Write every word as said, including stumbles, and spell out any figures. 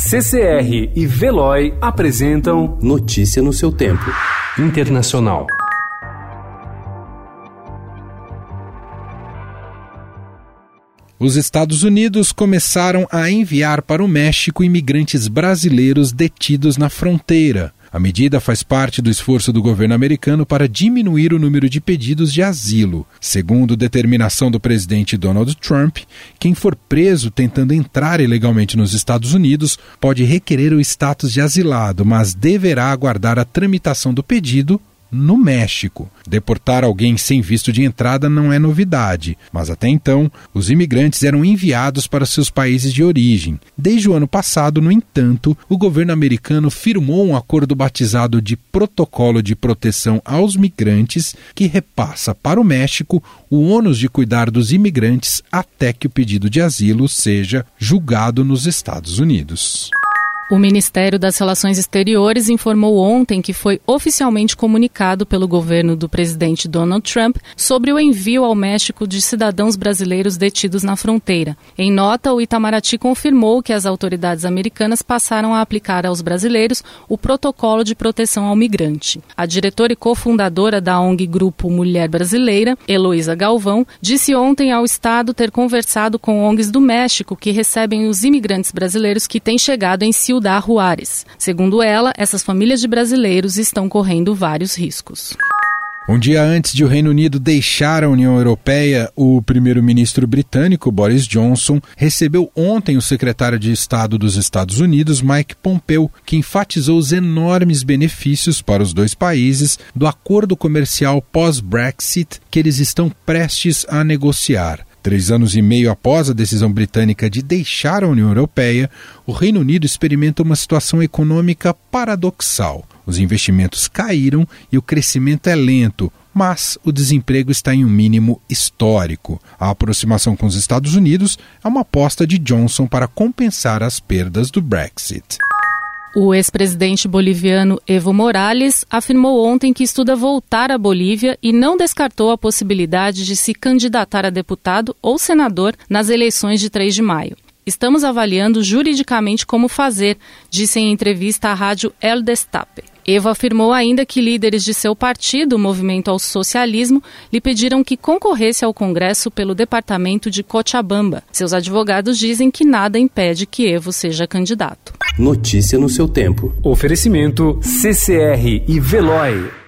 C C R e Veloy apresentam Notícia no seu tempo. Internacional. Os Estados Unidos começaram a enviar para o México imigrantes brasileiros detidos na fronteira. A medida faz parte do esforço do governo americano para diminuir o número de pedidos de asilo. Segundo determinação do presidente Donald Trump, quem for preso tentando entrar ilegalmente nos Estados Unidos pode requerer o status de asilado, mas deverá aguardar a tramitação do pedido no México. Deportar alguém sem visto de entrada não é novidade, mas até então, os imigrantes eram enviados para seus países de origem. Desde o ano passado, no entanto, o governo americano firmou um acordo batizado de Protocolo de Proteção aos Migrantes, que repassa para o México o ônus de cuidar dos imigrantes até que o pedido de asilo seja julgado nos Estados Unidos. O Ministério das Relações Exteriores informou ontem que foi oficialmente comunicado pelo governo do presidente Donald Trump sobre o envio ao México de cidadãos brasileiros detidos na fronteira. Em nota, o Itamaraty confirmou que as autoridades americanas passaram a aplicar aos brasileiros o Protocolo de Proteção ao Migrante. A diretora e cofundadora da O N G Grupo Mulher Brasileira, Heloísa Galvão, disse ontem ao Estado ter conversado com O N Gs do México que recebem os imigrantes brasileiros que têm chegado em Ciudad Juárez. Segundo ela, essas famílias de brasileiros estão correndo vários riscos. Um dia antes de o Reino Unido deixar a União Europeia, o primeiro-ministro britânico Boris Johnson recebeu ontem o secretário de Estado dos Estados Unidos, Mike Pompeo, que enfatizou os enormes benefícios para os dois países do acordo comercial pós-Brexit que eles estão prestes a negociar. Três anos e meio após a decisão britânica de deixar a União Europeia, o Reino Unido experimenta uma situação econômica paradoxal. Os investimentos caíram e o crescimento é lento, mas o desemprego está em um mínimo histórico. A aproximação com os Estados Unidos é uma aposta de Johnson para compensar as perdas do Brexit. O ex-presidente boliviano Evo Morales afirmou ontem que estuda voltar à Bolívia e não descartou a possibilidade de se candidatar a deputado ou senador nas eleições de três de maio. Estamos avaliando juridicamente como fazer, disse em entrevista à rádio El Destape. Evo afirmou ainda que líderes de seu partido, o Movimento ao Socialismo, lhe pediram que concorresse ao Congresso pelo departamento de Cochabamba. Seus advogados dizem que nada impede que Evo seja candidato. Notícia no seu tempo. Oferecimento C C R e Veloy.